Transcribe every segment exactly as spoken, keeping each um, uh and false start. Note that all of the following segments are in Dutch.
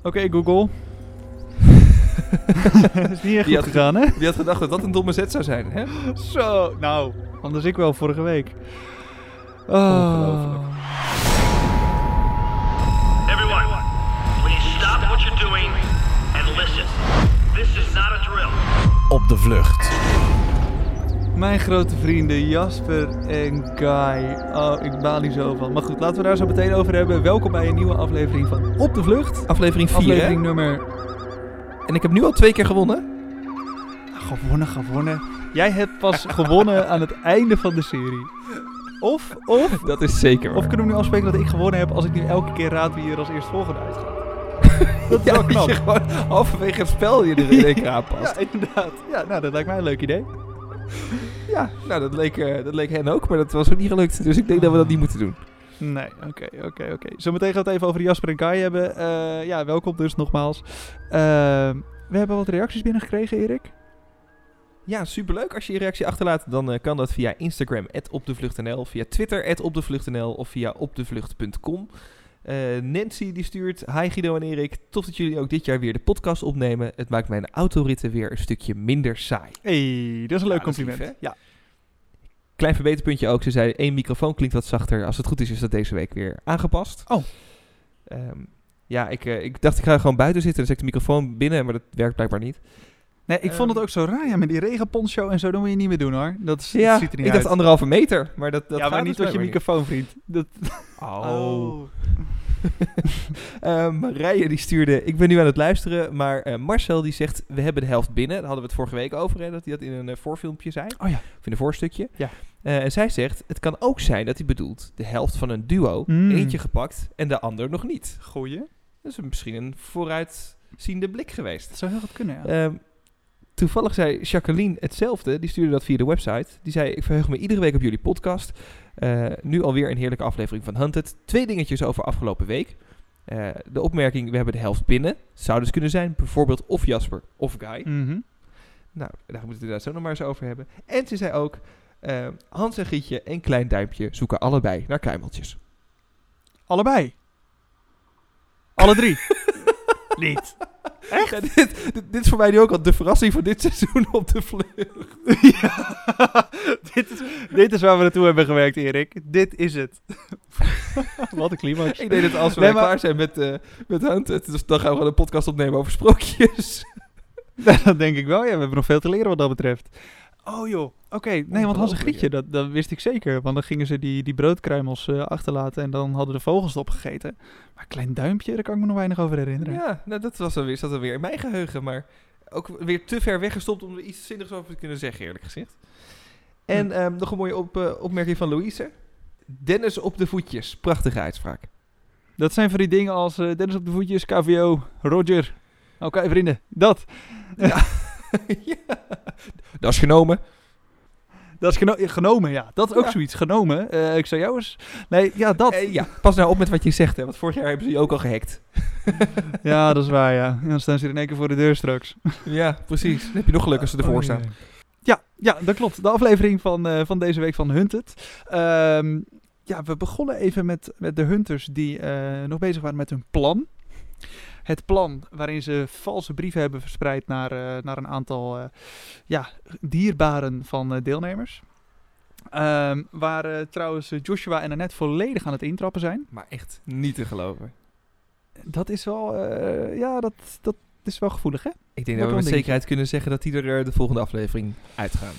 Oké, okay, Google. Dat is niet echt goed had, gegaan, hè? Wie had gedacht dat dat een domme zet zou zijn, hè? Zo, nou, anders ik wel vorige week. Oh. Ongelooflijk. Everyone, please stop what you're doing and listen. This is not a drill. Op de vlucht. Mijn grote vrienden Jasper en Guy. Oh, ik baal hier zo van. Maar goed, laten we daar zo meteen over hebben. Welkom bij een nieuwe aflevering van Op de Vlucht. Aflevering vier, Aflevering hè? nummer... En ik heb nu al twee keer gewonnen. Gewonnen, gewonnen. Jij hebt pas gewonnen aan het einde van de serie. Of, of... Dat is zeker waar. Of kunnen we nu afspreken dat ik gewonnen heb als ik nu elke keer raad wie er als eerst volgende uitgaat? Dat is ja, wel knap. Je gewoon halverwege het spel je er in één keer aanpast. Ja, inderdaad. Ja, nou, dat lijkt mij een leuk idee. Ja, nou, dat leek, uh, dat leek hen ook, maar dat was ook niet gelukt. Dus ik denk dat we dat niet moeten doen. Nee, oké, okay, oké, okay, oké. Okay. Zometeen gaan we het even over Jasper en Guy hebben. Uh, ja, welkom dus nogmaals. Uh, we hebben wat reacties binnengekregen, Erik. Ja, superleuk. Als je je reactie achterlaat, dan uh, kan dat via Instagram, at opdevlucht.nl, via Twitter, at opdevlucht.nl of via opdevlucht punt com. Uh, Nancy die stuurt, hi Guido en Erik, tof dat jullie ook dit jaar weer de podcast opnemen. Het maakt mijn autoritten weer een stukje minder saai. Hey, dat is een leuk ja, compliment. Lief, ja. Klein verbeterpuntje ook, ze zei, één microfoon klinkt wat zachter. Als het goed is, is dat deze week weer aangepast. Oh. Um, ja, ik, uh, ik dacht ik ga gewoon buiten zitten en dan zet ik de microfoon binnen, maar dat werkt blijkbaar niet. Nee, ik um, vond het ook zo raar, ja, met die regenponcho en zo, dat moet je niet meer doen hoor. Dat is, ja, dat ziet er niet ik uit. dacht anderhalve meter, maar dat, dat ja, gaat maar niet dus tot je microfoon, vriend. Dat... Oh. oh. uh, Marije die stuurde, ik ben nu aan het luisteren, maar uh, Marcel die zegt, we hebben de helft binnen. Daar hadden we het vorige week over, hè, dat hij dat in een uh, voorfilmpje zei. Oh ja. Of in een voorstukje. Ja. Uh, en zij zegt, het kan ook zijn dat hij bedoelt de helft van een duo, mm. eentje gepakt en de ander nog niet. Goeie. Dat is misschien een vooruitziende blik geweest. Dat zou heel goed kunnen, ja. Uh, toevallig zei Jacqueline hetzelfde, die stuurde dat via de website. Die zei, ik verheug me iedere week op jullie podcast. Uh, nu alweer een heerlijke aflevering van Hunted. Twee dingetjes over afgelopen week. Uh, de opmerking, we hebben de helft binnen. Zou dus kunnen zijn, bijvoorbeeld of Jasper of Guy. Mm-hmm. Nou, daar moeten we het inderdaad zo nog maar eens over hebben. En ze zei ook, uh, Hans en Gietje en Klein Duimpje zoeken allebei naar kruimeltjes. Allebei? Alle drie? Niet. Echt? Ja, dit, dit, dit is voor mij nu ook al de verrassing van dit seizoen op de vlucht. Ja, dit, is, dit is waar we naartoe hebben gewerkt, Erik. Dit is het. Wat een climax. Ik denk dat als we nee, maar... klaar zijn met, uh, met Hunted, dus dan gaan we gewoon een podcast opnemen over sprookjes. Dat denk ik wel, ja. We hebben nog veel te leren wat dat betreft. Oh joh, oké. Okay. Nee, want Hans en Grietje, dat, dat wist ik zeker. Want dan gingen ze die, die broodkruimels uh, achterlaten en dan hadden de vogels het opgegeten. Maar Klein Duimpje, daar kan ik me nog weinig over herinneren. Ja, nou, dat was dan weer, zat dan weer in mijn geheugen. Maar ook weer te ver weggestopt om er iets zinnigs over te kunnen zeggen, eerlijk gezegd. En hm. um, nog een mooie op, uh, opmerking van Louise. Dennis op de voetjes. Prachtige uitspraak. Dat zijn van die dingen als uh, Dennis op de voetjes, K V O, Roger. Oké, okay, vrienden, dat. Ja. Ja. Dat is genomen. Dat is geno- genomen, ja. Dat is ook ja. zoiets. Genomen. Uh, ik zou jou eens... Nee, ja, dat. Uh, ja, pas nou op met wat je zegt, hè. Want vorig jaar hebben ze je ook al gehackt. Ja, dat is waar, ja. En dan staan ze er in één keer voor de deur straks. Ja, precies. Dan heb je nog geluk als ze ervoor oh, staan. Nee. Ja, ja, dat klopt. De aflevering van, uh, van deze week van Hunted. Um, ja, we begonnen even met, met de hunters die uh, nog bezig waren met hun plan. Het plan waarin ze valse brieven hebben verspreid naar, uh, naar een aantal uh, ja, dierbaren van uh, deelnemers. Um, waar uh, trouwens Joshua en Annette volledig aan het intrappen zijn. Maar echt niet te geloven. Dat is wel, uh, ja, dat, dat is wel gevoelig, hè? Ik denk dat we met zekerheid kunnen zeggen dat die er uh, de volgende aflevering uitgaan.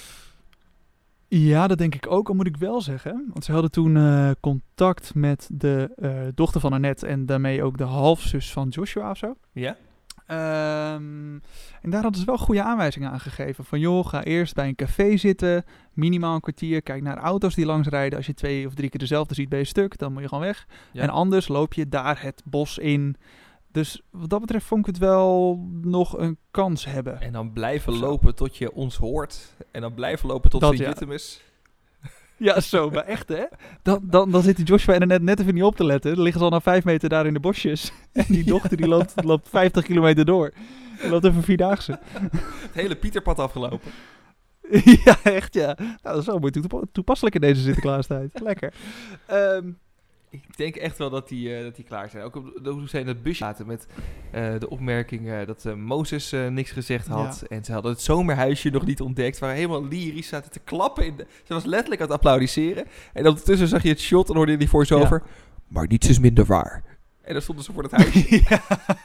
Ja, dat denk ik ook, al moet ik wel zeggen. Want ze hadden toen uh, contact met de uh, dochter van Annette en daarmee ook de halfzus van Joshua of zo. Ja. Um, en daar hadden ze wel goede aanwijzingen aan gegeven. Van joh, ga eerst bij een café zitten, minimaal een kwartier. Kijk naar auto's die langs rijden. Als je twee of drie keer dezelfde ziet, ben je stuk. Dan moet je gewoon weg. Ja. En anders loop je daar het bos in. Dus wat dat betreft vond ik het wel nog een kans hebben. En dan blijven zo. lopen tot je ons hoort. En dan blijven lopen tot Sint-Jutemus. Ja. ja, zo. Maar echt, hè? Dan, dan, dan zitten Joshua en net, net even niet op te letten. Dan liggen ze al na vijf meter daar in de bosjes. En die dochter die loopt, loopt vijftig kilometer door. Die loopt even vierdaagse. Het hele Pieterpad afgelopen. Ja, echt, ja. Nou, dat is wel mooi toepasselijk in deze Sinterklaastijd. Lekker. Um, Ik denk echt wel dat die, uh, dat die klaar zijn. Ook op, hoe zij in het busje zaten met uh, de opmerking uh, dat uh, Mozes uh, niks gezegd had. Ja. En ze hadden het zomerhuisje nog niet ontdekt. Ze waren helemaal lyrisch, zaten te klappen. In de, ze was letterlijk aan het applaudisseren. En ondertussen zag je het shot en hoorde je die voice-over. Ja. Maar niets is minder waar. En dan stonden ze voor het huisje. ja.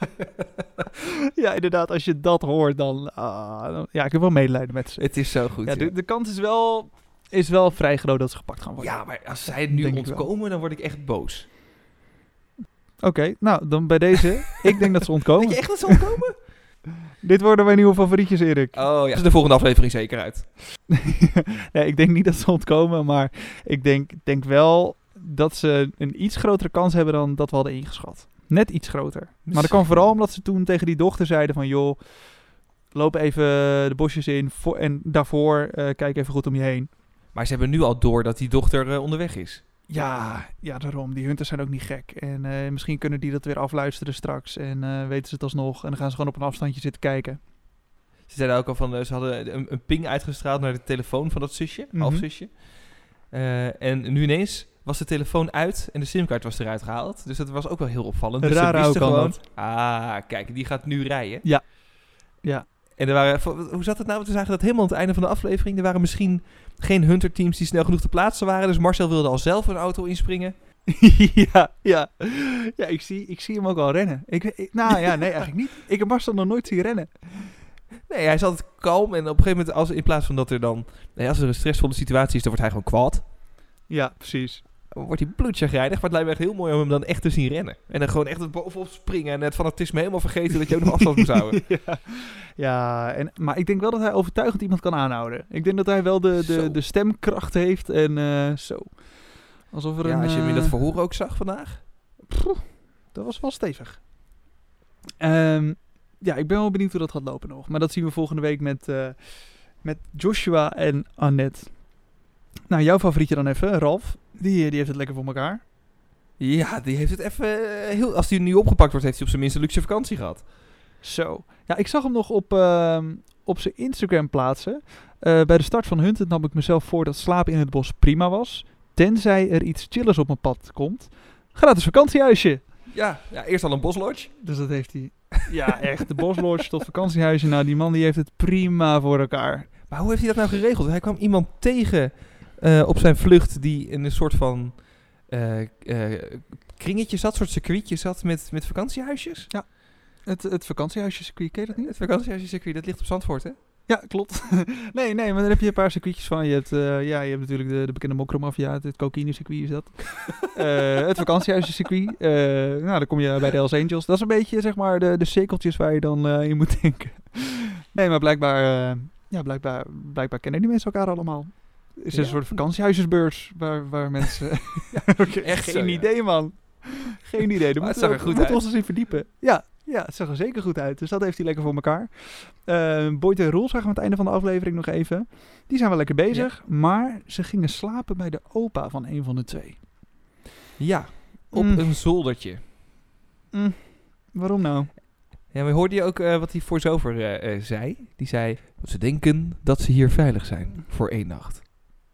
ja, inderdaad. Als je dat hoort, dan... Uh, dan ja, ik heb wel medelijden met ze. Het is zo goed. Ja, ja. de, de kans is wel... is wel vrij groot dat ze gepakt gaan worden. Ja, maar als zij nu denk ontkomen, dan word ik echt boos. Oké, okay, nou, dan bij deze. Ik denk dat ze ontkomen. Denk je echt dat ze ontkomen? Dit worden mijn nieuwe favorietjes, Erik. Oh ja, is de volgende aflevering zeker uit. nee, ik denk niet dat ze ontkomen, maar ik denk, denk wel dat ze een iets grotere kans hebben dan dat we hadden ingeschat. Net iets groter. Maar dat kan vooral omdat ze toen tegen die dochter zeiden van, joh, loop even de bosjes in voor, en daarvoor uh, kijk even goed om je heen. Maar ze hebben nu al door dat die dochter uh, onderweg is. Ja, ja, daarom. Die hunters zijn ook niet gek. En uh, misschien kunnen die dat weer afluisteren straks. En uh, weten ze het alsnog. En dan gaan ze gewoon op een afstandje zitten kijken. Ze zeiden ook al van, uh, ze hadden een, een ping uitgestraald naar de telefoon van dat zusje, mm-hmm. halfzusje. Uh, en nu ineens was de telefoon uit en de simkaart was eruit gehaald. Dus dat was ook wel heel opvallend. Dus Raar ze wisten gewoon, dat. ah, kijk, die gaat nu rijden. Ja. Ja. En er waren, hoe zat het nou? We zagen dat helemaal aan het einde van de aflevering. Er waren misschien geen hunterteams die snel genoeg te plaatsen waren. Dus Marcel wilde al zelf een auto inspringen. ja, ja. Ja, ik zie, ik zie hem ook al rennen. Ik, ik, nou ja, nee, eigenlijk niet. Ik heb Marcel nog nooit zien rennen. Nee, hij is altijd kalm. En op een gegeven moment, als, in plaats van dat er dan... Nee, als er een stressvolle situatie is, dan wordt hij gewoon kwaad. Ja, precies. Dan wordt hij bloedchagrijnig. Maar het lijkt me echt heel mooi om hem dan echt te zien rennen. En dan gewoon echt het bovenop springen. En het fanatisme helemaal vergeten dat je ook nog afstand moet houden. ja, ja en, maar ik denk wel dat hij overtuigend iemand kan aanhouden. Ik denk dat hij wel de, de, de stemkracht heeft. En uh, zo. Alsof er ja, een, als je hem in dat uh, verhoor ook zag vandaag. Pff, dat was wel stevig. Um, ja, ik ben wel benieuwd hoe dat gaat lopen nog. Maar dat zien we volgende week met, uh, met Joshua en Annette. Nou, jouw favorietje dan even, Ralf. Die, die heeft het lekker voor elkaar. Ja, die heeft het even... Uh, heel, als hij nu opgepakt wordt, heeft hij op zijn minst een luxe vakantie gehad. Zo. Ja, ik zag hem nog op, uh, op zijn Instagram plaatsen. Uh, bij de start van Hunted nam ik mezelf voor dat slapen in het bos prima was. Tenzij er iets chillers op mijn pad komt. Gratis vakantiehuisje. Ja, ja, eerst al een boslodge. Dus dat heeft hij... Ja, echt. De boslodge tot vakantiehuisje. Nou, die man die heeft het prima voor elkaar. Maar hoe heeft hij dat nou geregeld? Hij kwam iemand tegen uh, op zijn vlucht die in een soort van uh, uh, kringetje zat, een soort circuitje zat met, met vakantiehuisjes. Ja, het, het vakantiehuisje-circuit, ken je dat niet? Het vakantiehuisje-circuit, dat ligt op Zandvoort, hè? Ja, klopt. nee, nee, maar dan heb je een paar circuitjes van. Je hebt, uh, ja, je hebt natuurlijk de, de bekende mokromafia, het, het cocaïne-circuit is dat. uh, het vakantiehuisje-circuit. Uh, nou, dan kom je bij de Hells Angels. Dat is een beetje, zeg maar, de, de cirkeltjes waar je dan uh, in moet denken. nee, maar blijkbaar, uh, ja, blijkbaar, blijkbaar kennen die mensen elkaar allemaal. Het is ja. een soort vakantiehuisjesbeurs waar, waar mensen... ja, okay, echt geen zo, idee, ja. man. Geen idee. Maar het zag er goed uit. Moeten we ons eens in verdiepen. Ja. Ja, het zag er zeker goed uit. Dus dat heeft hij lekker voor elkaar. Uh, Boyd en Roel zagen we aan het einde van de aflevering nog even. Die zijn wel lekker bezig. Ja. Maar ze gingen slapen bij de opa van een van de twee. Ja, op mm. een zoldertje. Mm. Waarom nou? Ja, maar hoorde je ook uh, wat hij voor zover uh, uh, zei? Die zei, dat ze denken dat ze hier veilig zijn voor één nacht.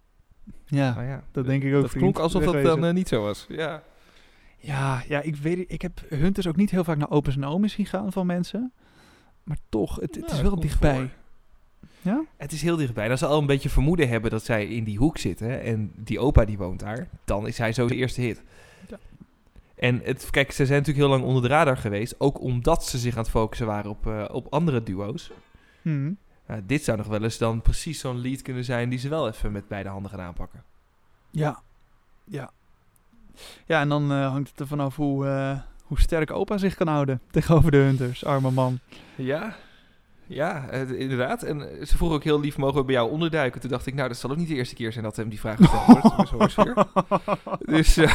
Ja, nou ja dat denk ik ook. Dat klonk alsof dat dan uh, niet zo was. Ja. Ja, ja, ik weet ik heb Hunters ook niet heel vaak naar opa's en oma's zien gaan van mensen. Maar toch, het, het ja, is wel dichtbij. Voor. Ja? Het is heel dichtbij. Als ze al een beetje vermoeden hebben dat zij in die hoek zitten en die opa die woont daar, dan is hij zo de eerste hit. Ja. En het, kijk, ze zijn natuurlijk heel lang onder de radar geweest, ook omdat ze zich aan het focussen waren op, uh, op andere duo's. Hmm. Uh, dit zou nog wel eens dan precies zo'n lead kunnen zijn die ze wel even met beide handen gaan aanpakken. Ja, ja. Ja, en dan uh, hangt het er vanaf hoe, uh, hoe sterk opa zich kan houden tegenover de Hunters. Arme man. Ja, ja uh, inderdaad. En uh, ze vroeg ook heel lief, mogen we bij jou onderduiken? Toen dacht ik, nou, dat zal ook niet de eerste keer zijn dat hem die vraag gesteld wordt. dus... Uh,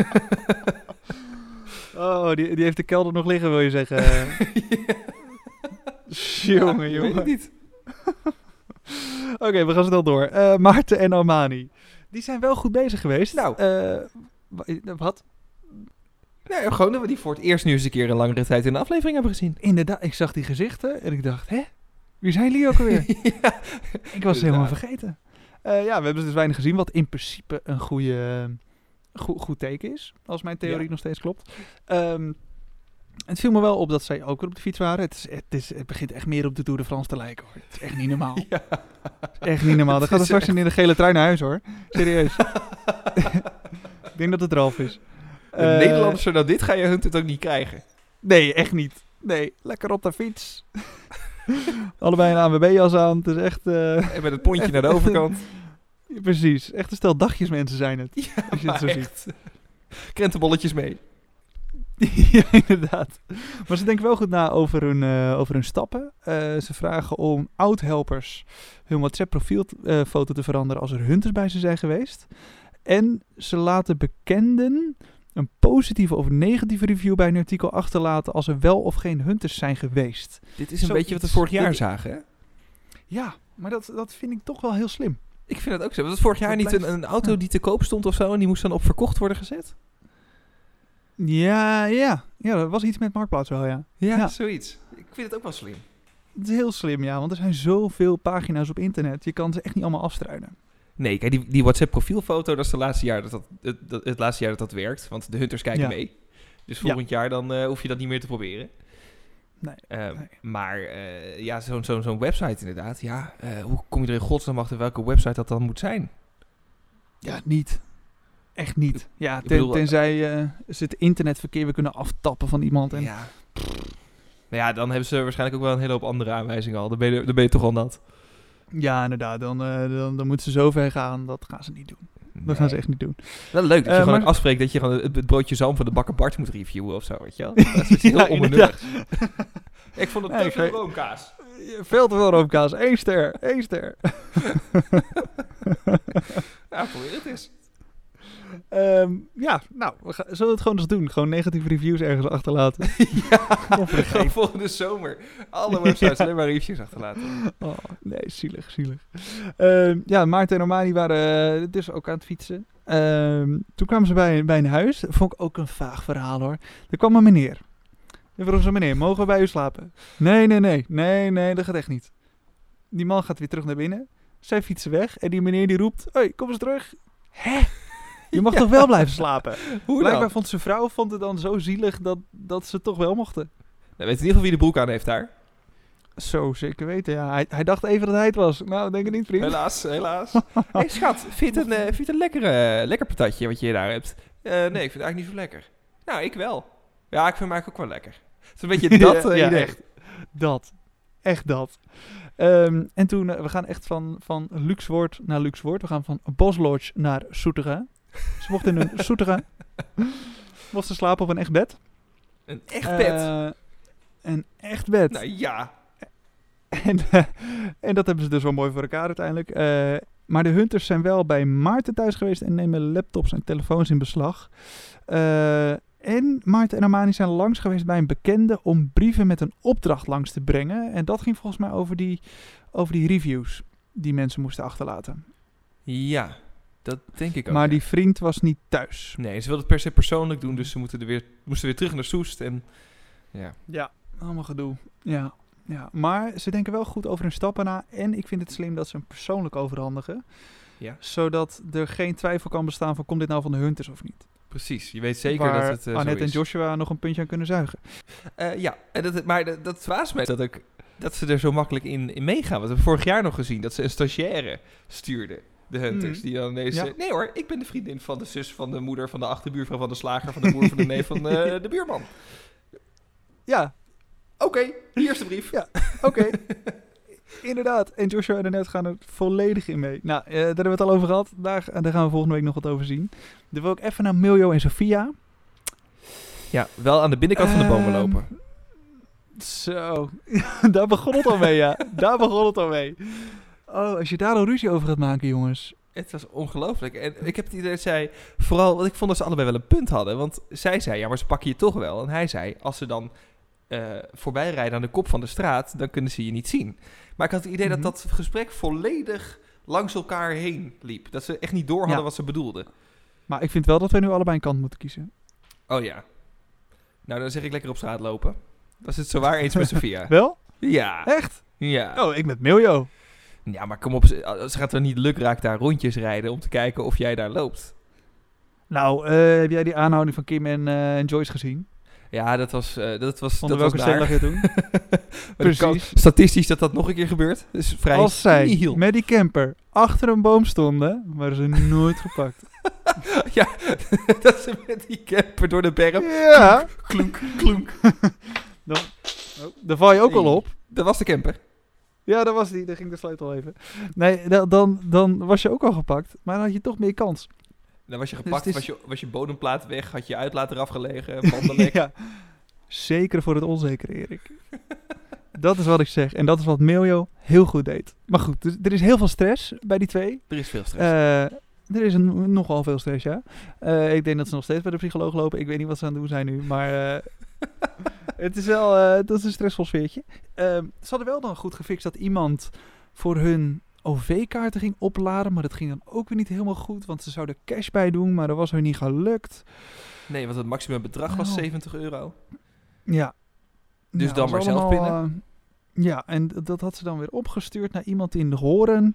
oh, die, die heeft de kelder nog liggen, wil je zeggen? ja. Jongen, ja, jongen. Weet ik niet. Oké, okay, we gaan snel door. Uh, Maarten en Armani. Die zijn wel goed bezig geweest. Nou... Uh, Wat? Nee, gewoon dat we die voor het eerst nu eens een keer een langere tijd in de aflevering hebben gezien. Inderdaad, ik zag die gezichten en ik dacht, hè? Wie zijn jullie ook alweer? ja, ik was het helemaal vergeten. Uh, ja, we hebben dus weinig gezien, wat in principe een goede, goed, goed teken is, als mijn theorie Ja. nog steeds klopt. Um, het viel me wel op dat zij ook weer op de fiets waren. Het, is, het, is, het begint echt meer op de Tour de France te lijken, hoor. Het is echt niet normaal. Ja. Echt niet normaal. Dan Het gaat er is straks echt- in de gele trui naar huis, hoor. Serieus. Ik denk dat het Ralf is. De Eh, Nederlanders, nou dit ga je Hunt het ook niet krijgen. Nee, echt niet. Nee, lekker op de fiets. Allebei een A N W B-jas aan. Het is echt... eh, En met het pontje echt- naar de overkant. Precies. Echt een stel dagjes mensen zijn het. Ja, Als je het zo maar ziet. echt. Krentenbolletjes mee. Ja, inderdaad. Maar ze denken wel goed na over hun, uh, over hun stappen. Uh, ze vragen om oud-helpers hun WhatsApp-profielfoto te veranderen als er hunters bij ze zijn geweest. En ze laten bekenden een positieve of negatieve review bij een artikel achterlaten als er wel of geen hunters zijn geweest. Dit is een Zoiets. beetje wat we vorig jaar Dit- zagen, hè? Ja, maar dat, dat vind ik toch wel heel slim. Ik vind dat ook zo. Was het vorig jaar Dat niet blijft- een, een auto ja. die te koop stond of zo en die moest dan op verkocht worden gezet? Ja, ja. Ja, dat was iets met Marktplaats wel, ja. Ja, Ja. zoiets. Ik vind het ook wel slim. Het is heel slim, ja, want er zijn zoveel pagina's op internet. Je kan ze echt niet allemaal afstruinen. Nee, kijk, die, die WhatsApp profielfoto, dat is het laatste jaar dat dat, het, dat, het laatste jaar dat dat werkt. Want de hunters kijken Ja. mee. Dus Ja. volgend jaar dan uh, hoef je dat niet meer te proberen. Nee, Uh, nee. Maar uh, ja, zo'n zo'n zo'n website inderdaad. Ja, uh, hoe kom je er in godsnaam achter welke website dat dan moet zijn? Ja, niet. Echt niet. Ja, Ik ten, bedoel, tenzij uh, ze het internetverkeer weer kunnen aftappen van iemand. En, Ja. Nou ja, dan hebben ze waarschijnlijk ook wel een hele hoop andere aanwijzingen al. Dan ben je, dan ben je toch al nat. ja, inderdaad. Dan, uh, dan, dan moeten ze zo ver gaan. Dat gaan ze niet doen. Dat Nee. gaan ze echt niet doen. Wel leuk dat je Uh, gewoon maar- afspreekt dat je gewoon het, het broodje zalm van de bakker Bart moet reviewen of zo, weet je wel. Dat is iets heel Ja, onbenulligs. Ik vond het Ja, te ik veel weet- roomkaas. Veel te veel roomkaas. Eén ster. Eén ster. Ja, probeer het eens. Um, ja, nou, we gaan, zullen we het gewoon eens doen? Gewoon negatieve reviews ergens achterlaten. Ja, Of voor de gewoon geef. volgende zomer. Alle websites Ja. alleen maar reviews achterlaten. Oh, nee, zielig, zielig. Um, ja, Maarten en Romani waren uh, dus ook aan het fietsen. Um, toen kwamen ze bij, bij een huis. Dat vond ik ook een vaag verhaal, hoor. Er kwam een meneer. En vroeg ze, meneer, mogen we bij u slapen? Nee, nee, nee. Nee, nee, dat gaat echt niet. Die man gaat weer terug naar binnen. Zij fietsen weg. En die meneer die roept, hé, kom eens terug. Hè? Je mag Ja. toch wel blijven slapen? Hoe Blijkbaar dan? vond zijn vrouw vond het dan zo zielig dat, dat ze toch wel mochten. Nou, weet in ieder geval wie de broek aan heeft daar. Zo, zeker weten, ja. Hij, hij dacht even dat hij het was. Nou, denk ik niet, vriend. Helaas, helaas. Hé hey, schat, vind je het een, uh, vind je het een lekkere, lekker patatje wat je daar hebt? Uh, nee, ik vind het eigenlijk niet zo lekker. Nou, ik wel. Ja, ik vind hem eigenlijk ook wel lekker. Het is een beetje dat uh, ja, idee. echt. Dat. Echt dat. Um, en toen, uh, we gaan echt van, van Luxwoord naar Luxwoord. We gaan van Boslodge naar Soeteren. Ze mochten in een Soeteren. Mochten slapen op een echt bed. Een echt bed? Uh, een echt bed. Nou ja. En, uh, en dat hebben ze dus wel mooi voor elkaar uiteindelijk. Uh, maar de hunters zijn wel bij Maarten thuis geweest en nemen laptops en telefoons in beslag. Uh, en Maarten en Romani zijn langs geweest bij een bekende om brieven met een opdracht langs te brengen. En dat ging volgens mij over die, over die reviews die mensen moesten achterlaten. Ja, dat denk ik ook. Maar ja. die vriend was niet thuis. Nee, ze wilden het per se persoonlijk doen, dus ze moeten er weer, moesten weer terug naar Soest. En ja. Ja, allemaal gedoe. Ja. Ja, maar ze denken wel goed over hun stappen na. En ik vind het slim dat ze hem persoonlijk overhandigen. Ja. Zodat er geen twijfel kan bestaan van, komt dit nou van de hunters of niet? Precies, je weet zeker Waar dat het uh, Annette zo is. en Joshua nog een puntje aan kunnen zuigen. Uh, ja, en dat, maar dat, dat verbaast mij dat, ik, dat ze er zo makkelijk in, in meegaan. Want we hebben vorig jaar nog gezien dat ze een stagiaire stuurden. De hunters, Mm. die dan ineens... Ja. uh, nee hoor, ik ben de vriendin van de zus, van de moeder, van de achterbuurvrouw, van de slager, van de broer, van de neef, van uh, de buurman. Ja, Oké, okay, hier is de brief. Ja. oké. Okay. Inderdaad. En Joshua en Annette gaan er volledig in mee. Nou, uh, daar hebben we het al over gehad. Daar, daar gaan we volgende week nog wat over zien. Dan wil ik even naar Miljo en Sophia. Ja, wel aan de binnenkant van de bomen Um, lopen. Zo, daar begon het al mee, ja. Daar begon het al mee. Oh, als je daar al ruzie over gaat maken, jongens. Het was ongelooflijk. En ik heb het idee dat zij... Vooral, want ik vond dat ze allebei wel een punt hadden. Want zij zei, ja, maar ze pakken je toch wel. En hij zei, als ze dan uh, voorbij rijden aan de kop van de straat, dan kunnen ze je niet zien. Maar ik had het idee Mm-hmm. dat dat gesprek volledig langs elkaar heen liep. Dat ze echt niet door hadden Ja. wat ze bedoelden. Maar ik vind wel dat we nu allebei een kant moeten kiezen. Oh ja. Nou, dan zeg ik lekker op straat lopen. Dat is het zo waar eens met Sophia. Wel? Ja. Echt? Ja. Oh, ik met Miljo. Ja, maar kom op. Ze, ze gaat er niet lukraak daar rondjes rijden om te kijken of jij daar loopt. Nou, uh, heb jij die aanhouding van Kim en, uh, en Joyce gezien? Ja, dat was uh, dat was Onder dat welke was steen lag je toen? Precies. Statistisch dat dat nog een keer gebeurt. Dus vrij Als zij nihil. met die camper achter een boom stonden, waren ze nooit gepakt. Ja, dat ze met die camper door de berm. Ja. Klunk, klunk. Dan, oh, daar val je ook Hey, al op. Dat was de camper. Ja, dat was die. Daar ging de sleutel even. Nee, da- dan, dan was je ook al gepakt. Maar dan had je toch meer kans. Dan was je gepakt, Dus het is- was, je, was je bodemplaat weg, had je uitlaat eraf gelegen, banden lek. Ja. Zeker voor het onzekere, Erik. Dat is wat ik zeg. En dat is wat Miljo heel goed deed. Maar goed, dus er is heel veel stress bij die twee. Er is veel stress. Eh, er is een, nogal veel stress, ja. Eh, ik denk dat ze nog steeds bij de psycholoog lopen. Ik weet niet wat ze aan het doen zijn nu. Maar eh, het is wel eh, dat is een stressvol sfeertje. Eh, ze hadden wel dan goed gefixt dat iemand voor hun O V-kaarten ging opladen. Maar dat ging dan ook weer niet helemaal goed. Want ze zouden cash bij doen. Maar dat was hun niet gelukt. Nee, want het maximum bedrag was Nou. zeventig euro. Ja. Dus Ja, dan dat is maar zelf allemaal, eh, ja, en d- dat had ze dan weer opgestuurd naar iemand in de Horen.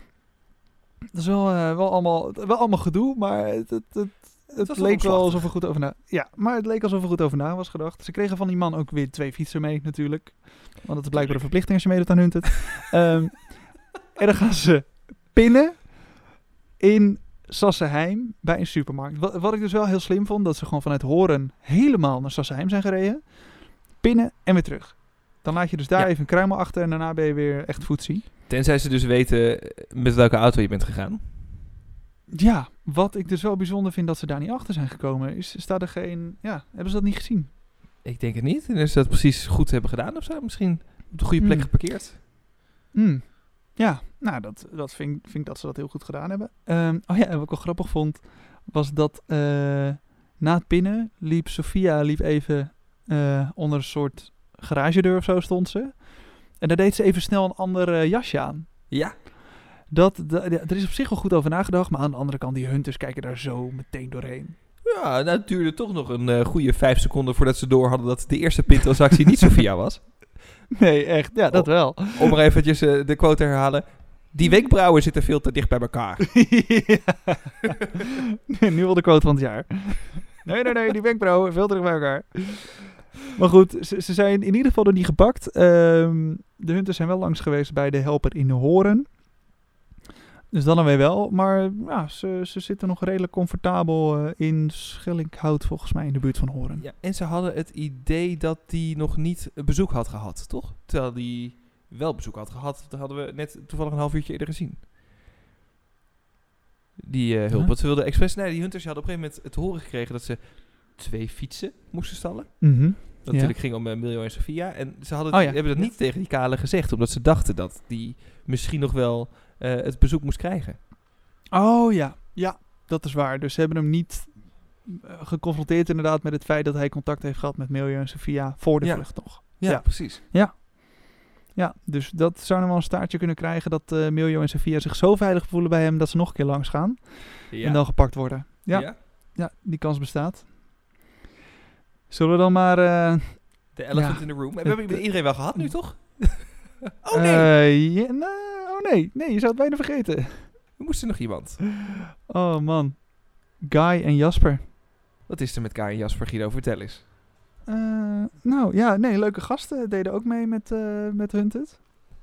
Dat is wel, eh, wel, allemaal, wel allemaal gedoe, maar het, het, het, het was leek wel omslachtig. alsof er goed over na... Ja, maar het leek alsof er goed over na was gedacht. Ze kregen van die man ook weer twee fietsen mee natuurlijk. Want het is blijkbaar een verplichting als je meedoet aan Hunted. um, en dan gaan ze pinnen in Sassenheim bij een supermarkt. Wat, wat ik dus wel heel slim vond, dat ze gewoon vanuit Horen helemaal naar Sassenheim zijn gereden. Pinnen en weer terug. Dan laat je dus daar Ja. even een kruimel achter en daarna ben je weer echt voetzie. Tenzij ze dus weten met welke auto je bent gegaan. Ja, wat ik dus wel bijzonder vind dat ze daar niet achter zijn gekomen. Is, staat er geen... Ja, hebben ze dat niet gezien? Ik denk het niet. En is dat precies goed hebben gedaan of zo? Misschien op de goede plek Hmm. geparkeerd. Hmm. Ja, nou, dat, dat vind, vind ik dat ze dat heel goed gedaan hebben. Ehm, oh ja, en wat ik wel grappig vond, was dat eh, na het pinnen liep Sophia liep even eh, onder een soort garagedeur of zo stond ze. En daar deed ze even snel een ander eh, jasje aan. Ja. Dat, da- ja, er is op zich wel goed over nagedacht, maar aan de andere kant, die hunters kijken daar zo meteen doorheen. Ja, nou, het duurde toch nog een uh, goede vijf seconden voordat ze door hadden dat de eerste pintransactie niet Sophia was. Nee, echt. Ja, dat Oh. wel. Om maar eventjes uh, de quote te herhalen. Die wenkbrauwen zitten veel te dicht bij elkaar. Ja. Nu wil de quote van het jaar. Nee, nee, nee, die wenkbrauwen veel te dicht bij elkaar. Maar goed, ze, ze zijn in ieder geval er niet gepakt. Ehm, de hunters zijn wel langs geweest bij de helper in de Horen. Dus dan alweer wel. Maar ja, ze, ze zitten nog redelijk comfortabel uh, in Schellinghout, volgens mij, in de buurt van Horen. Ja, en ze hadden het idee dat die nog niet bezoek had gehad, toch? Terwijl die wel bezoek had gehad. Dat hadden we net toevallig een half uurtje eerder gezien. Die uh, hulp. Huh? Want ze wilden expres... Nee, die hunters hadden op een gegeven moment het horen gekregen dat ze twee fietsen moesten stallen. Mhm. Dat Ja. natuurlijk ging om uh, Miljo en Sophia. En ze hadden Oh ja. hebben dat niet tegen die kale gezegd. Omdat ze dachten dat die misschien nog wel uh, het bezoek moest krijgen. Oh ja, ja, dat is waar. Dus ze hebben hem niet uh, geconfronteerd inderdaad met het feit dat hij contact heeft gehad met Miljo en Sophia voor de Ja. vlucht nog. Ja, Ja. precies. Ja, dus dat zou nog wel een staartje kunnen krijgen dat uh, Miljo en Sophia zich zo veilig voelen bij hem dat ze nog een keer langs gaan Ja. en dan gepakt worden. Ja, ja. Ja. die kans bestaat. Zullen we dan maar... Uh, De elephant Ja. in the room. We Het, hebben uh, iedereen wel gehad nu, toch? Oh nee, uh, ja, nou, oh nee, nee, je zou het bijna vergeten. we moesten nog iemand. Oh man, Guy en Jasper. Wat is er met Kai en Jasper, Guido? Vertel eens. Uh, nou ja, nee, leuke gasten deden ook mee met, uh, met Hunted.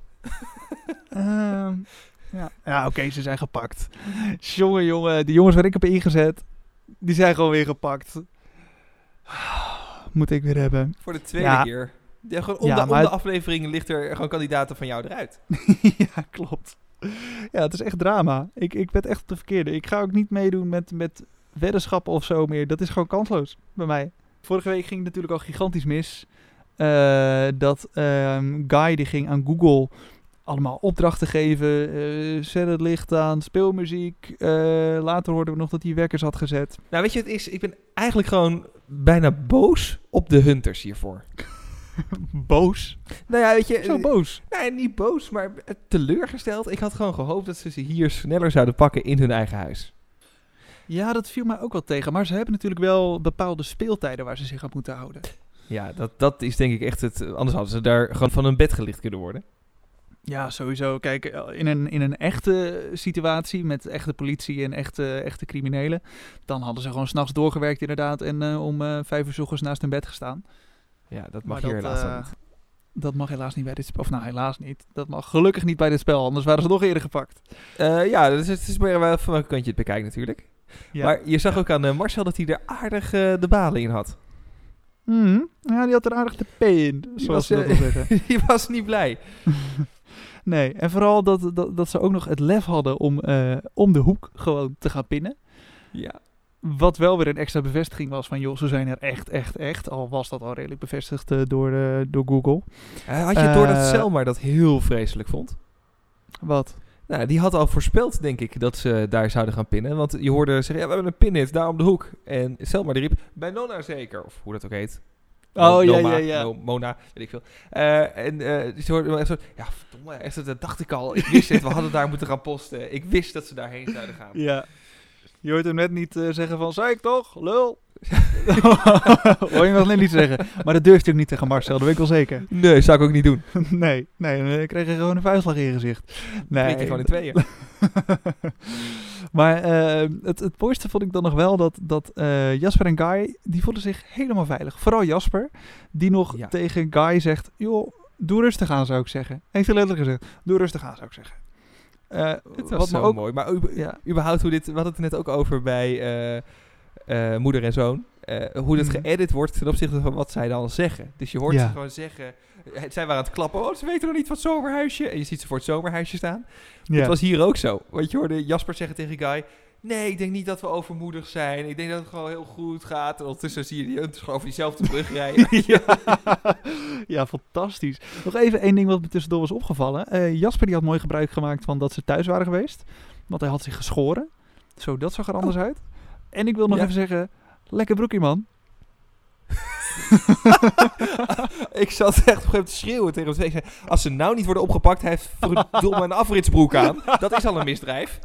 uh, ja, ja oké, okay, ze zijn gepakt. Jongen, jongen, die jongens waar ik heb ingezet, die zijn gewoon weer gepakt. Moet ik weer hebben. Voor de tweede Ja. keer. Ja, gewoon om, Ja, de, om maar de het- aflevering ligt er gewoon kandidaten van jou eruit. Ja, klopt. Ja, het is echt drama. Ik, ik ben echt op de verkeerde. Ik ga ook niet meedoen met, met weddenschappen of zo meer. Dat is gewoon kansloos bij mij. Vorige week ging het natuurlijk al gigantisch mis. Uh, dat um, Guy die ging aan Google allemaal opdrachten geven. Uh, zet het licht aan, speelmuziek. Uh, later hoorden we nog dat hij wekkers had gezet. Nou, weet je, het is, ik ben eigenlijk gewoon bijna boos op de hunters hiervoor. Boos? Nou ja, weet je... Zo boos? Nee, niet boos, maar teleurgesteld. Ik had gewoon gehoopt dat ze ze hier sneller zouden pakken in hun eigen huis. Ja, dat viel mij ook wel tegen. Maar ze hebben natuurlijk wel bepaalde speeltijden waar ze zich aan moeten houden. Ja, dat, dat is denk ik echt het... Anders hadden ze daar gewoon van hun bed gelicht kunnen worden. Ja, sowieso. Kijk, in een, in een echte situatie met echte politie en echte, echte criminelen, dan hadden ze gewoon 's nachts doorgewerkt inderdaad en uh, om uh, vijf uur 's ochtends naast hun bed gestaan. Ja, dat mag Maar hier dat, helaas uh, wel niet. Dat mag helaas niet bij dit spel. Of nou, helaas niet. Dat mag gelukkig niet bij dit spel, anders waren ze nog eerder gepakt. Uh, ja, dus het is maar wel van welke kant je het bekijkt natuurlijk. Ja. Maar je zag ook aan uh, Marcel dat hij er aardig uh, de balen in had. Mm-hmm. Ja, die had er aardig de P in, Die zoals was, ze dat uh, wel zeggen. Die was niet blij. Nee, en vooral dat, dat, dat ze ook nog het lef hadden om, uh, om de hoek gewoon te gaan pinnen. Ja. Wat wel weer een extra bevestiging was van, joh, ze zijn er echt, echt, echt. Al was dat al redelijk bevestigd uh, door, uh, door Google. Uh, had je door dat Uh, Selma dat heel vreselijk vond? Wat? Nou, die had al voorspeld, denk ik, dat ze daar zouden gaan pinnen. Want je hoorde zeggen, ja, we hebben een pinhit daar om de hoek. En Selma die riep, bij Nona zeker. Of hoe dat ook heet. Oh, Mo- ja, Noma, ja, ja. No- Mona, weet ik veel. Uh, en uh, ze hoorde echt zo, ja, verdomme, echt, dat dacht ik al. Ik wist het, we hadden daar moeten gaan posten. Ik wist dat ze daarheen zouden gaan. Ja. Je hoort hem net niet uh, zeggen van, zei ik toch, lul? Hoor je hem nog net niet zeggen. Maar dat durft hij ook niet tegen Marcel, dat weet ik wel zeker. Nee, zou ik ook niet doen. nee, nee, dan kreeg je gewoon een vuistslag in je gezicht. Nee. Breek je gewoon in tweeën. Maar uh, het, het mooiste vond ik dan nog wel dat, dat uh, Jasper en Guy, die voelden zich helemaal veilig. Vooral Jasper, die nog Ja. tegen Guy zegt, joh, doe rustig aan zou ik zeggen. Heeft hij letterlijk gezegd, doe rustig aan zou ik zeggen. Uh, Het was wat zo me ook, mooi. Maar u- ja. überhaupt hoe dit... We hadden het er net ook over bij uh, uh, moeder en zoon. Uh, hoe dat Mhm. geëdit wordt ten opzichte van wat zij dan zeggen. Dus je hoort Ja. ze gewoon zeggen... uh, Zij waren aan het klappen. Oh, ze weten nog niet van het zomerhuisje. En je ziet ze voor het zomerhuisje staan. Ja. Het was hier ook zo. Want je hoorde Jasper zeggen tegen Guy... Nee, ik denk niet dat we overmoedig zijn. Ik denk dat het gewoon heel goed gaat. En ondertussen zie je die Hunters gewoon over diezelfde brug rijden. ja. ja, fantastisch. Nog even één ding wat me tussendoor was opgevallen. Uh, Jasper die had mooi gebruik gemaakt van dat ze thuis waren geweest. Want hij had zich geschoren. Zo, dat zag er anders uit. En ik wil nog Ja. even zeggen, lekker broekie man. Ik zat echt op een gegeven moment te schreeuwen tegen hem. Ik zei, als ze nou niet worden opgepakt, hij heeft verdomme een afritsbroek aan. Dat is al een misdrijf.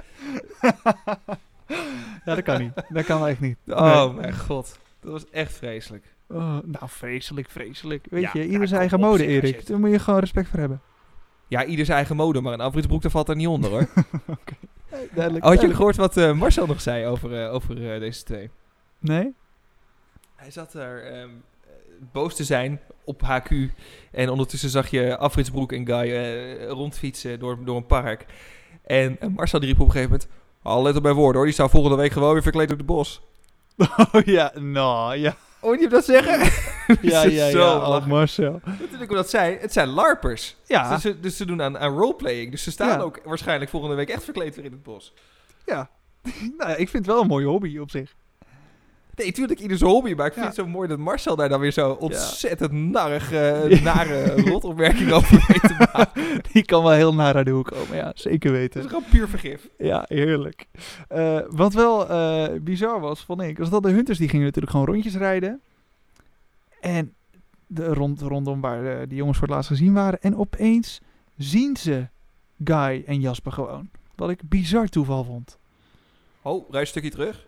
Ja, dat kan niet. Dat kan echt niet. Oh Nee. mijn god. Dat was echt vreselijk. Oh, nou, vreselijk, vreselijk. Weet Ja, je, ja, ieder zijn kom eigen op, mode, zeg, als je Erik. het- Daar moet je gewoon respect voor hebben. Ja, ieder zijn eigen mode, maar een afritsbroek daar valt er niet onder hoor. Duidelijk. Had je duidelijk. gehoord wat uh, Marcel nog zei over, uh, over uh, deze twee? Nee? Hij zat er um, boos te zijn op H Q. En ondertussen zag je Afritsbroek en Guy uh, rondfietsen door, door een park. En uh, Marcel die riep op een gegeven moment... Al let op mijn woorden hoor, die staan volgende week gewoon weer verkleed op de bos. Oh ja, nou, ja. Hoor je hem dat zeggen? Ja, ja, ja. Zo Oh, lachen. Marcel. Natuurlijk omdat zij, het zijn larpers. Ja. Dus, ze, dus ze doen aan, aan roleplaying. Dus ze staan Ja. ook waarschijnlijk volgende week echt verkleed weer in het bos. Ja. Nou ja, ik vind het wel een mooie hobby op zich. Nee, tuurlijk ieder zijn hobby. Maar ik vind Ja. het zo mooi dat Marcel daar dan weer zo ontzettend narrig, uh, nare rotopmerking over weet te maken. Die kan wel heel naar de hoek komen, ja. Zeker Het weten. is gewoon puur vergif. Ja, heerlijk. Uh, wat wel uh, bizar was, vond ik, was dat de Hunters die gingen natuurlijk gewoon rondjes rijden. En de, rond, rondom waar uh, die jongens voor het laatst gezien waren. En opeens zien ze Guy en Jasper gewoon. Wat ik bizar toeval vond. Oh, rij een stukje terug.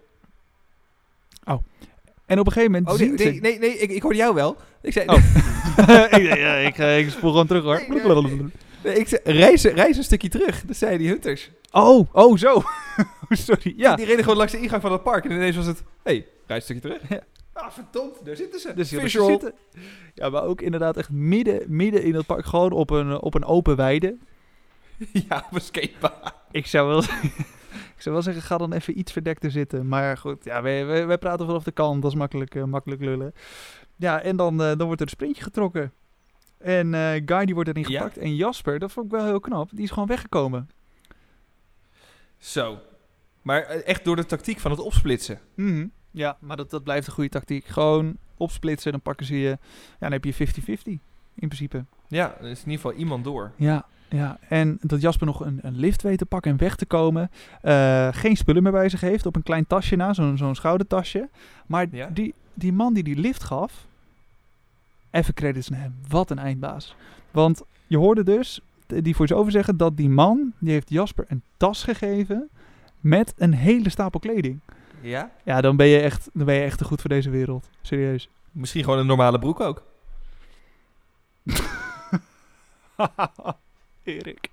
En op een gegeven moment Oh, zien nee, nee, ze... nee, nee ik, ik hoorde jou wel. Ik zei, Oh. ik, ja, ik, uh, ik spoel gewoon terug hoor. Nee, nee. nee, ik zei reis, reis een stukje terug. Dat zeiden die Hunters. Oh, oh zo. Sorry, ja. Die reden gewoon langs de ingang van het park. En ineens was het, hé, hey, rij een stukje terug. Ja. Ah, verdomd, daar zitten ze. Dus die hadden Visual. zitten. Ja, maar ook inderdaad echt midden, midden in het park. Gewoon op een, op een open weide. Ja, op een skatebaan. Ik zou wel, ik zou wel zeggen, ga dan even iets verdekter zitten. Maar goed, ja, wij, wij, wij praten vanaf de kant. Dat is makkelijk, uh, makkelijk lullen. Ja, en dan, uh, dan wordt er een sprintje getrokken. En uh, Guy die wordt erin Ja. gepakt. En Jasper, dat vond ik wel heel knap. Die is gewoon weggekomen. Zo. Maar uh, echt door de tactiek van het opsplitsen. Mm-hmm. Ja, maar dat, dat blijft een goede tactiek. Gewoon opsplitsen, dan pakken ze je... Ja, dan heb je vijftig vijftig in principe. Ja, er is in ieder geval iemand door. Ja, ja. En dat Jasper nog een, een lift weet te pakken en weg te komen. Uh, geen spullen meer bij zich heeft. Op een klein tasje na, zo'n zo'n schoudertasje. Maar Ja. die, die man die die lift gaf... Even credits naar hem. Wat een eindbaas. Want je hoorde dus, die voice-over zeggen... dat die man, die heeft Jasper een tas gegeven... met een hele stapel kleding. Ja? Ja, dan ben je echt, dan ben je echt te goed voor deze wereld. Serieus. Misschien gewoon een normale broek ook. Erik.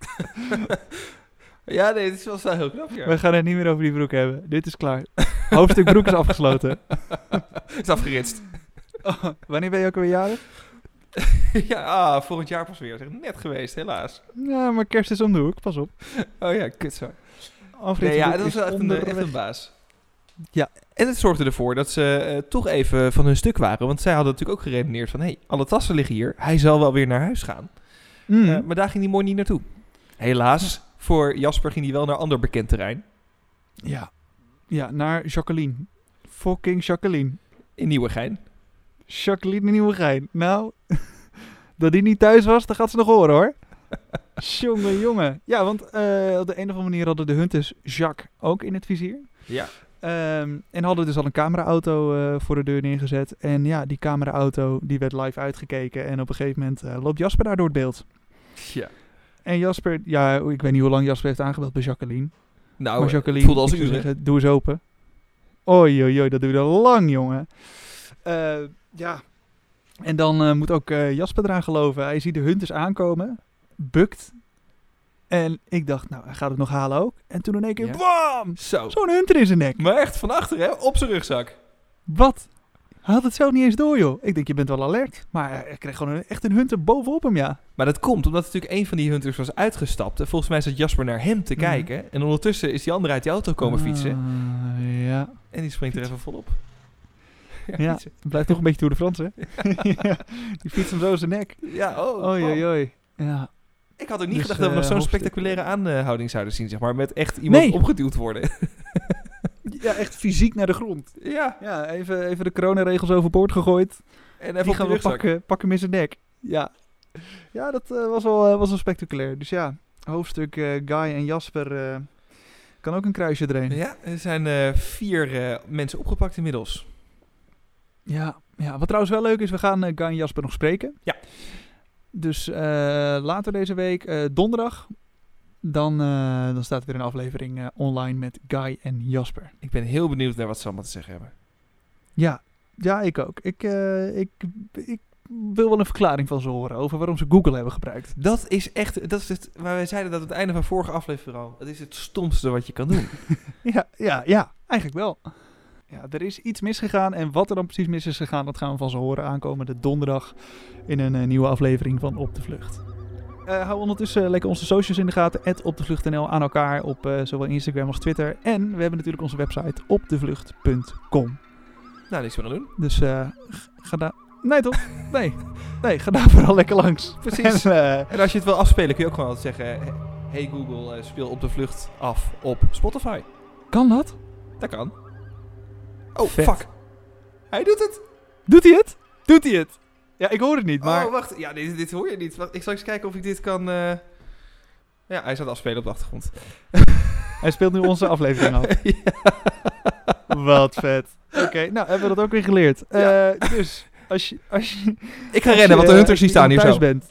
Ja, nee, het is wel, wel heel knap. Ja. We gaan het niet meer over die broek hebben. Dit is klaar. Hoofdstuk broek is afgesloten. is afgeritst. Oh, wanneer ben je ook alweer jarig? ja, ah, volgend jaar pas weer. Net geweest, helaas. Ja, maar kerst is om de hoek. Pas op. Oh ja, kut zo. Alfred Nee, ja, Broek dat was is wel echt een, onderweg. echt een baas. Ja. En het zorgde ervoor dat ze uh, toch even van hun stuk waren. Want zij hadden natuurlijk ook geredeneerd van... hé, hey, alle tassen liggen hier. Hij zal wel weer naar huis gaan. Mm. Uh, maar daar ging hij mooi niet naartoe. Helaas, voor Jasper ging hij wel naar ander bekend terrein. Ja. Ja, naar Jacqueline. Fucking Jacqueline. In Nieuwegein. Jacqueline in Nieuwegein. Nou, dat die niet thuis was, dan gaat ze nog horen hoor. Jongen, jongen. Ja, want uh, op de een of andere manier hadden de Hunters Jacques ook in het vizier. Ja. Um, en hadden dus al een cameraauto uh, voor de deur neergezet. En ja, die cameraauto die werd live uitgekeken. En op een gegeven moment uh, loopt Jasper daar door het beeld. Ja. En Jasper, ja, ik weet niet hoe lang Jasper heeft aangebeld bij Jacqueline. Nou, maar Jacqueline, het voelde als ik zou uren. zeggen, doe eens open. Oei, oei, oei, dat duurde lang, jongen. Uh, ja. En dan uh, moet ook uh, Jasper eraan geloven. Hij ziet de Hunters aankomen. Bukt. En ik dacht, nou, hij gaat het nog halen ook. En toen in één keer, Ja. bam! Zo. Zo'n Hunter in zijn nek. Maar echt van achter, hè? Op zijn rugzak. Wat? Hij had het zelf niet eens door, joh. Ik denk, je bent wel alert. Maar hij kreeg gewoon een, echt een Hunter bovenop hem, ja. Maar dat komt omdat natuurlijk een van die Hunters was uitgestapt. En volgens mij zat Jasper naar hem te Mhm. kijken. En ondertussen is die andere uit die auto komen fietsen. Uh, ja. En die springt er even volop. Ja, fietsen. het blijft toch een beetje Tour de France, hè? ja. Die fietst hem zo in zijn nek. Ja, oh. Oei, oh. oei, oei. Ja. Ik had ook niet Dus, gedacht dat we uh, nog zo'n hoofdstuk- spectaculaire aanhouding zouden zien, zeg maar. Met echt iemand Nee. opgeduwd worden. Ja, echt fysiek naar de grond. ja. Ja, even, even de coronaregels overboord gegooid. En even Die op gaan de we rugzak. pakken, pakken hem in zijn nek. Ja, ja dat uh, was, wel, uh, was wel spectaculair. Dus ja, hoofdstuk uh, Guy en Jasper uh, kan ook een kruisje erin. Ja, er zijn uh, vier uh, mensen opgepakt inmiddels. Ja, ja, wat trouwens wel leuk is, we gaan uh, Guy en Jasper nog spreken. Ja. Dus uh, later deze week, uh, donderdag, dan, uh, dan staat er weer een aflevering uh, online met Guy en Jasper. Ik ben heel benieuwd naar wat ze allemaal te zeggen hebben. Ja, ja ik ook. Ik, uh, ik, ik wil wel een verklaring van ze horen over waarom ze Google hebben gebruikt. Dat is echt, dat is het, waar wij zeiden dat aan het einde van vorige aflevering al. Dat is het stomste wat je kan doen. Ja, ja, ja, eigenlijk wel. Ja, er is iets misgegaan en wat er dan precies mis is gegaan, dat gaan we van ze horen aankomende donderdag in een uh, nieuwe aflevering van Op de Vlucht. Uh, hou ondertussen lekker onze socials in de gaten, at opdevlucht.nl aan elkaar op uh, zowel Instagram als Twitter. En we hebben natuurlijk onze website opdevlucht punt com. Nou, niks meer aan doen. Dus uh, ga daar... Nee toch? Nee. Nee, ga daar vooral lekker langs. Precies. En, uh, En als je het wil afspelen, kun je ook gewoon altijd zeggen... Hey Google, uh, speel Op de Vlucht af op Spotify. kan dat? Dat kan. Oh, Vet. fuck. Hij doet het. Doet hij het? Doet hij het? Ja, ik hoor het niet, maar... Oh, wacht. Ja, dit, dit hoor je niet. Wacht, ik zal eens kijken of ik dit kan... Uh... Ja, hij staat afspelen op de achtergrond. Hij speelt nu onze aflevering af. Ja. Wat vet. Oké, okay, nou hebben we dat ook weer geleerd. Ja. Uh, dus, als je... Als je Ik ga als rennen, je, want de hunters die uh, staan hier thuis zo. bent.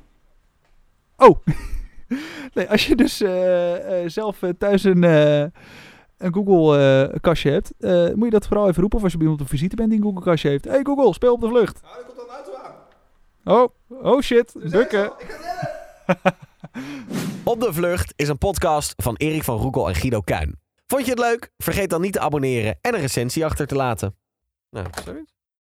Oh. Nee, als je dus uh, uh, zelf uh, thuis een, uh, een Google-kastje uh, hebt, uh, moet je dat vooral even roepen. Of als je bij iemand op visite bent die een Google-kastje heeft. Hey Google, speel Op de Vlucht. Nou, er komt al een auto aan. Oh, oh shit, bukken. Op de Vlucht is een podcast van Erik van Roekel en Guido Kuin. Vond je het leuk? Vergeet dan niet te abonneren en een recensie achter te laten. Nou, Zoiets.